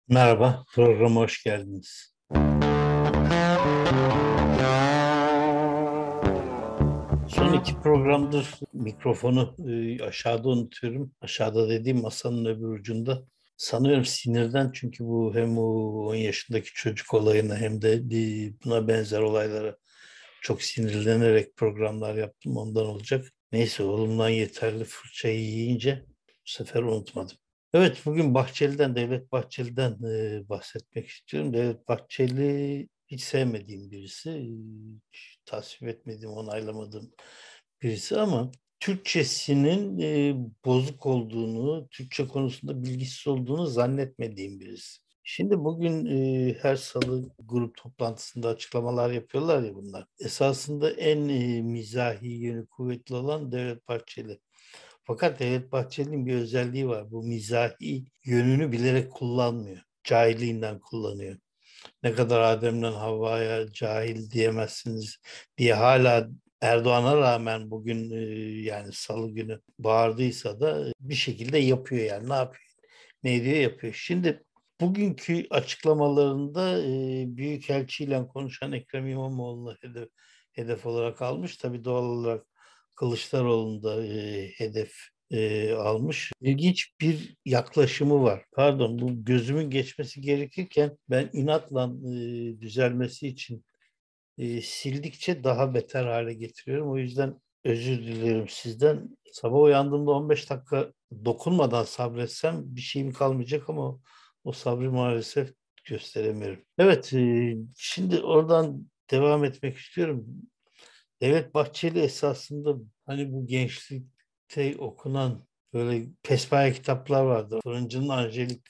Merhaba, programa hoş geldiniz. Son iki programdır mikrofonu aşağıda unutuyorum. Aşağıda dediğim masanın öbür ucunda. Sanıyorum sinirden çünkü bu hem o 10 yaşındaki çocuk olayına hem de buna benzer olaylara çok sinirlenerek programlar yaptım. Ondan olacak. Neyse oğlumdan yeterli fırçayı yiyince bu sefer unutmadım. Evet, bugün Devlet Bahçeli'den bahsetmek istiyorum. Devlet Bahçeli hiç sevmediğim birisi, hiç tasvip etmediğim, onaylamadığım birisi ama Türkçesinin bozuk olduğunu, Türkçe konusunda bilgisiz olduğunu zannetmediğim birisi. Şimdi bugün her salı grup toplantısında açıklamalar yapıyorlar ya bunlar. Esasında en mizahi yönü kuvvetli olan Devlet Bahçeli. Fakat Devlet Bahçeli'nin bir özelliği var. Bu mizahi yönünü bilerek kullanmıyor. Cahilliğinden kullanıyor. Ne kadar Adem'den Havva'ya cahil diyemezsiniz diye hala Erdoğan'a rağmen bugün yani Salı günü bağırdıysa da bir şekilde yapıyor yani. Ne yapıyor? Ne diyor yapıyor. Şimdi bugünkü açıklamalarında Büyükelçiyle konuşan Ekrem İmamoğlu'nu hedef olarak almış. Tabii doğal olarak Kılıçdaroğlu'nu da hedef almış. İlginç bir yaklaşımı var. Pardon, bu gözümün geçmesi gerekirken ben inatla düzelmesi için sildikçe daha beter hale getiriyorum. O yüzden özür diliyorum sizden. Sabah uyandığımda 15 dakika dokunmadan sabretsem bir şeyim kalmayacak ama o sabrı maalesef gösteremiyorum. Evet, şimdi oradan devam etmek istiyorum. Devlet Bahçeli esasında hani bu gençlikte okunan böyle pespaye kitaplar vardı. Fırıncının Angelik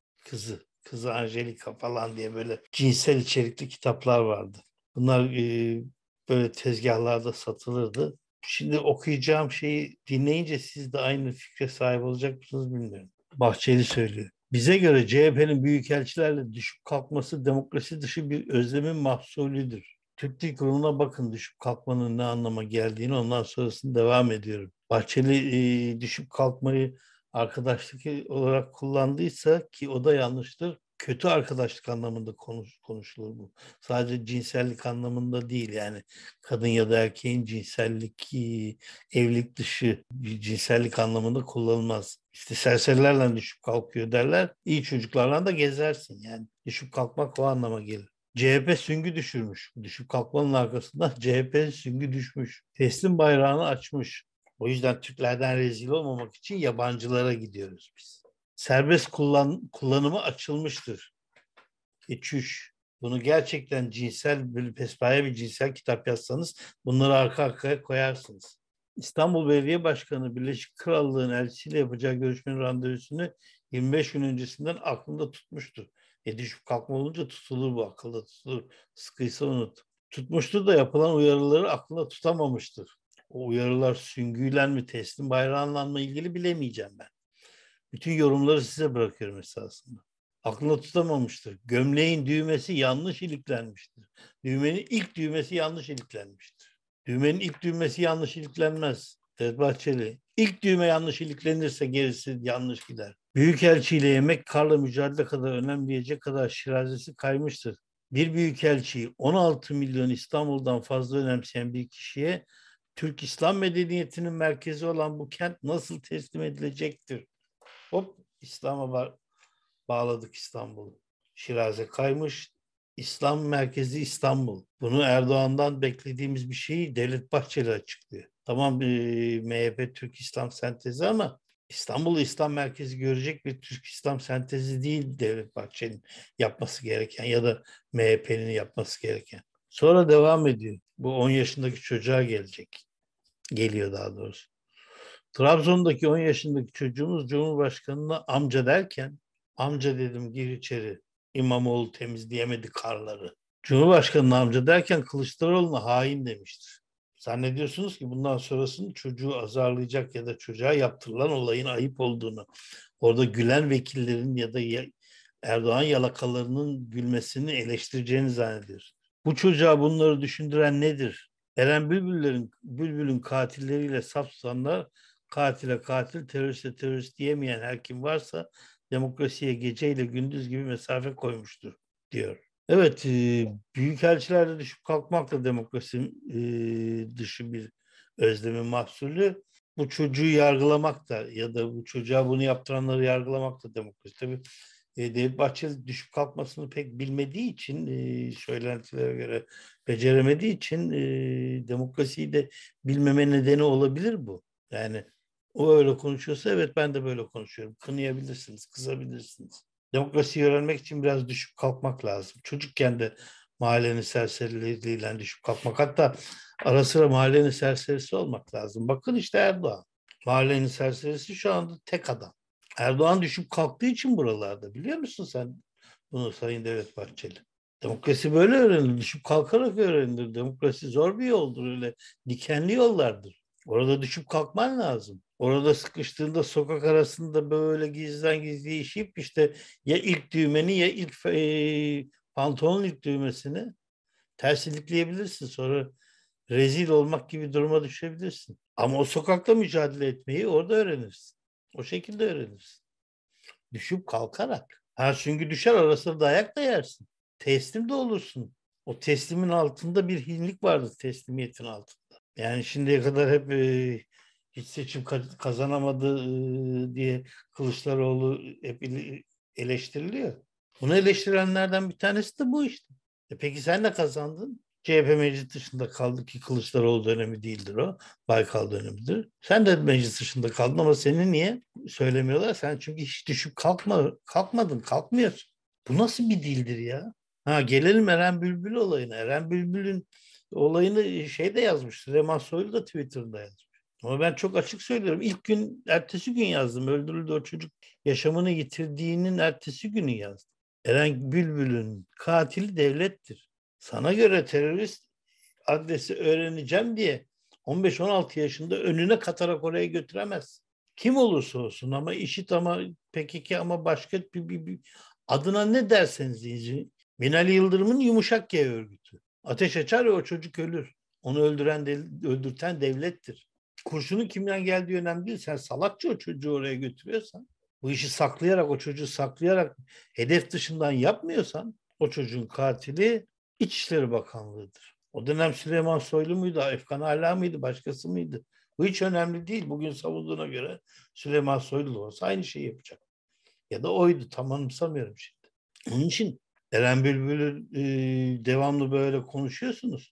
kızı Angelika falan diye böyle cinsel içerikli kitaplar vardı. Bunlar böyle tezgahlarda satılırdı. Şimdi okuyacağım şeyi dinleyince siz de aynı fikre sahip olacak mısınız bilmiyorum. Bahçeli söylüyor. Bize göre CHP'nin büyükelçilerle düşüp kalkması demokrasi dışı bir özlemin mahsulüdür. Türk Dil Kurumu'na bakın düşüp kalkmanın ne anlama geldiğini, ondan sonrasını devam ediyorum. Bahçeli düşüp kalkmayı arkadaşlık olarak kullandıysa ki o da yanlıştır. Kötü arkadaşlık anlamında konuşulur bu. Sadece cinsellik anlamında değil yani kadın ya da erkeğin cinsellik, evlilik dışı bir cinsellik anlamında kullanılmaz. İşte serserilerle düşüp kalkıyor derler. İyi çocuklarla da gezersin yani. Düşüp kalkmak o anlama gelir. CHP süngü düşürmüş. Düşüp kalkmanın arkasından CHP süngü düşmüş. Teslim bayrağını açmış. O yüzden Türklerden rezil olmamak için yabancılara gidiyoruz biz. Serbest kullanımı açılmıştır. Çüş. Bunu gerçekten cinsel, bir pespaye bir cinsel kitap yazsanız bunları arka arkaya koyarsınız. İstanbul Belediye Başkanı Birleşik Krallığın elçisiyle yapacağı görüşmenin randevusunu 25 gün öncesinden aklında tutmuştu. Düşüp kalkma olunca tutulur bu, akılda tutulur. Sıkıysa unut. Tutmuştur da yapılan uyarıları aklında tutamamıştır. O uyarılar süngüyle mi teslim bayrağınla mı ilgili bilemeyeceğim ben. Bütün yorumları size bırakıyorum esasında. Aklında tutamamıştır. Gömleğin düğmesi yanlış iliklenmiştir. Düğmenin ilk düğmesi yanlış iliklenmiştir. Düğmenin ilk düğmesi yanlış iliklenmez. Devlet Bahçeli. İlk düğme yanlış iliklenirse gerisi yanlış gider. Büyükelçiyle yemek karla mücadele kadar önemleyecek kadar şirazesi kaymıştır. Bir büyükelçiyi 16 milyon İstanbul'dan fazla önemseyen bir kişiye Türk İslam medeniyetinin merkezi olan bu kent nasıl teslim edilecektir? Hop bağladık İstanbul'u. Şiraze kaymış. İslam merkezi İstanbul. Bunu Erdoğan'dan beklediğimiz bir şeyi Devlet Bahçeli açıklıyor. Tamam, MHP Türk İslam sentezi ama İstanbul'u İslam merkezi görecek bir Türk İslam sentezi değil Devlet Bahçeli'nin yapması gereken ya da MHP'nin yapması gereken. Sonra devam ediyor. Bu 10 yaşındaki çocuğa gelecek. Geliyor daha doğrusu. Trabzon'daki 10 yaşındaki çocuğumuz Cumhurbaşkanı'na amca derken amca dedim gir içeri. İmamoğlu temizleyemedi karları. Cumhurbaşkanı'na amca derken Kılıçdaroğlu'na hain demiştir. Zannediyorsunuz ki bundan sonrasını çocuğu azarlayacak ya da çocuğa yaptırılan olayın ayıp olduğunu, orada gülen vekillerin ya da Erdoğan yalakalarının gülmesini eleştireceğini zannediyorsun. Bu çocuğa bunları düşündüren nedir? Bülbül'ün katilleriyle saf tutanlar katile katil, teröriste terörist diyemeyen her kim varsa demokrasiye geceyle gündüz gibi mesafe koymuştur diyor. Evet, büyükelçilerde düşüp kalkmak da demokrasi dışı bir özlemin mahsulü. Bu çocuğu yargılamak da ya da bu çocuğa bunu yaptıranları yargılamak da demokrasi. Tabii Devlet Bahçeli düşüp kalkmasını pek bilmediği için, söylentilere göre beceremediği için demokrasiyi de bilmeme nedeni olabilir bu. Yani o öyle konuşuyorsa evet ben de böyle konuşuyorum. Kınayabilirsiniz, kızabilirsiniz. Demokrasiyi öğrenmek için biraz düşüp kalkmak lazım. Çocukken de mahallenin serserileriyle düşüp kalkmak. Hatta ara sıra mahallenin serserisi olmak lazım. Bakın işte Erdoğan. Mahallenin serserisi şu anda tek adam. Erdoğan düşüp kalktığı için buralarda. Biliyor musun sen bunu Sayın Devlet Bahçeli? Demokrasi böyle öğrenilir. Düşüp kalkarak öğrenilir. Demokrasi zor bir yoldur. Öyle dikenli yollardır. Orada düşüp kalkman lazım. Orada sıkıştığında sokak arasında böyle gizliden gizliye işeyip işte ya ilk düğmeni ya ilk pantolonun ilk düğmesini ters ilikleyebilirsin. Sonra rezil olmak gibi duruma düşebilirsin. Ama o sokakta mücadele etmeyi orada öğrenirsin. O şekilde öğrenirsin. Düşüp kalkarak. Ha çünkü düşer arasında dayak da yersin. Teslim de olursun. O teslimin altında bir hinlik vardır teslimiyetin altında. Yani şimdiye kadar hep hiç seçim kazanamadı diye Kılıçdaroğlu hep eleştiriliyor. Bunu eleştirenlerden bir tanesi de bu işte. Peki sen ne kazandın? CHP meclis dışında kaldı ki Kılıçdaroğlu dönemi değildir o. Baykal dönemidir. Sen de meclis dışında kaldın ama seni niye söylemiyorlar? Sen çünkü hiç düşüp kalkmadın, kalkmıyorsun. Bu nasıl bir dildir ya? Ha gelelim Eren Bülbül olayına. Eren Bülbül'ün olayını şeyde yazmış. Süleyman Soylu da Twitter'da yazmış. Ama ben çok açık söylüyorum. İlk gün, ertesi gün yazdım. Öldürüldü o çocuk yaşamını yitirdiğinin ertesi günü yazdım. Eren Bülbül'ün katili devlettir. Sana göre terörist adresi öğreneceğim diye 15-16 yaşında önüne katarak oraya götüremez. Kim olursa olsun ama IŞİD ama PKK ama başka bir adına ne derseniz deyin. Binali Yıldırım'ın Yumuşak G örgütü. Ateş açar ve o çocuk ölür. Onu öldürten devlettir. Kurşunun kimden geldiği önemli değil. Sen salakça o çocuğu oraya götürüyorsan, bu işi saklayarak, o çocuğu saklayarak hedef dışından yapmıyorsan o çocuğun katili İçişleri Bakanlığı'dır. O dönem Süleyman Soylu muydu, Efkan Ala mıydı, başkası mıydı? Bu hiç önemli değil. Bugün savunduğuna göre Süleyman Soylu olsa aynı şeyi yapacak. Ya da oydu, tam anımsamıyorum şimdi. Onun için Eren Bülbül'ü devamlı böyle konuşuyorsunuz.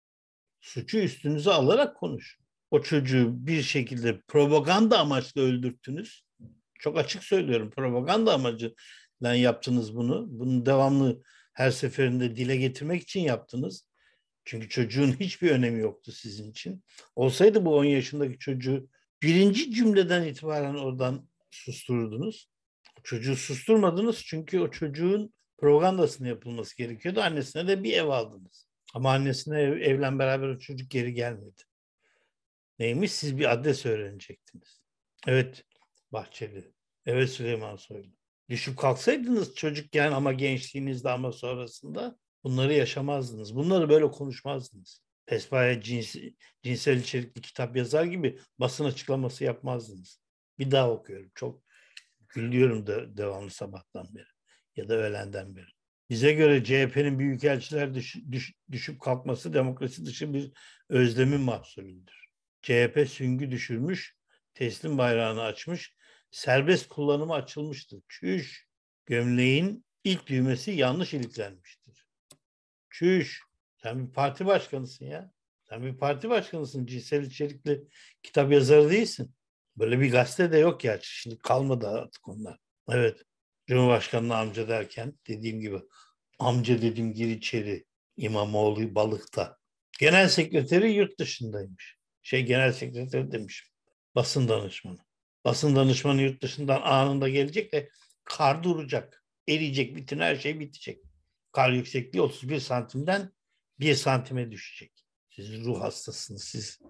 Suçu üstünüze alarak konuşun. O çocuğu bir şekilde propaganda amaçlı öldürttünüz. Çok açık söylüyorum, propaganda amacıyla yaptınız bunu. Bunu devamlı her seferinde dile getirmek için yaptınız. Çünkü çocuğun hiçbir önemi yoktu sizin için. Olsaydı bu 10 yaşındaki çocuğu birinci cümleden itibaren oradan sustururdunuz. Çocuğu susturmadınız çünkü o çocuğun propagandasını yapılması gerekiyordu. Annesine de bir ev aldınız. Ama annesine evlen beraber o çocuk geri gelmedi. Neymiş? Siz bir adres öğrenecektiniz. Evet Bahçeli. Evet Süleyman Soylu. Düşüp kalksaydınız çocukken ama gençliğinizde ama sonrasında bunları yaşamazdınız. Bunları böyle konuşmazdınız. Pespaya cinsel içerikli kitap yazar gibi basın açıklaması yapmazdınız. Bir daha okuyorum. Çok gülüyorum da devamlı sabahtan beri ya da öğlenden beri. Bize göre CHP'nin büyükelçiler düşüp kalkması demokrasi dışı bir özlemin mahsulüdür. CHP süngü düşürmüş, teslim bayrağını açmış, serbest kullanıma açılmıştır. Çüş, gömleğin ilk düğmesi yanlış iliklenmiştir. Çüş, sen bir parti başkanısın ya. Sen bir parti başkanısın, cinsel içerikli kitap yazarı değilsin. Böyle bir gazete de yok ya. Şimdi kalmadı artık onlar. Evet. Cumhurbaşkanı'na amca derken dediğim gibi amca dedim gir içeri. İmamoğlu balıkta. Genel sekreteri yurt dışındaymış. Genel sekreteri demişim. Basın danışmanı. Basın danışmanı yurt dışından anında gelecek de kar duracak. Eriyecek, bütün her şey bitecek. Kar yüksekliği 31 santimden 1 santime düşecek. Siz ruh hastasınız.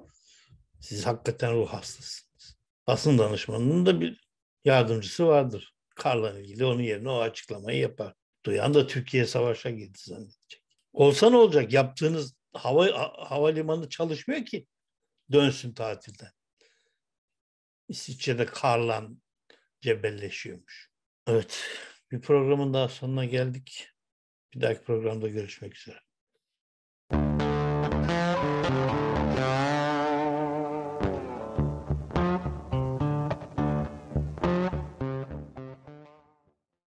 Siz hakikaten ruh hastasınız. Basın danışmanının da bir yardımcısı vardır. Karla ilgili onun yerine o açıklamayı yapar. Duyan da Türkiye savaşa girdi zannedecek. Olsa ne olacak? Yaptığınız havalimanı çalışmıyor ki dönsün tatilden. İsviçre'de karla cebelleşiyormuş. Evet, bir programın daha sonuna geldik. Bir dahaki programda görüşmek üzere.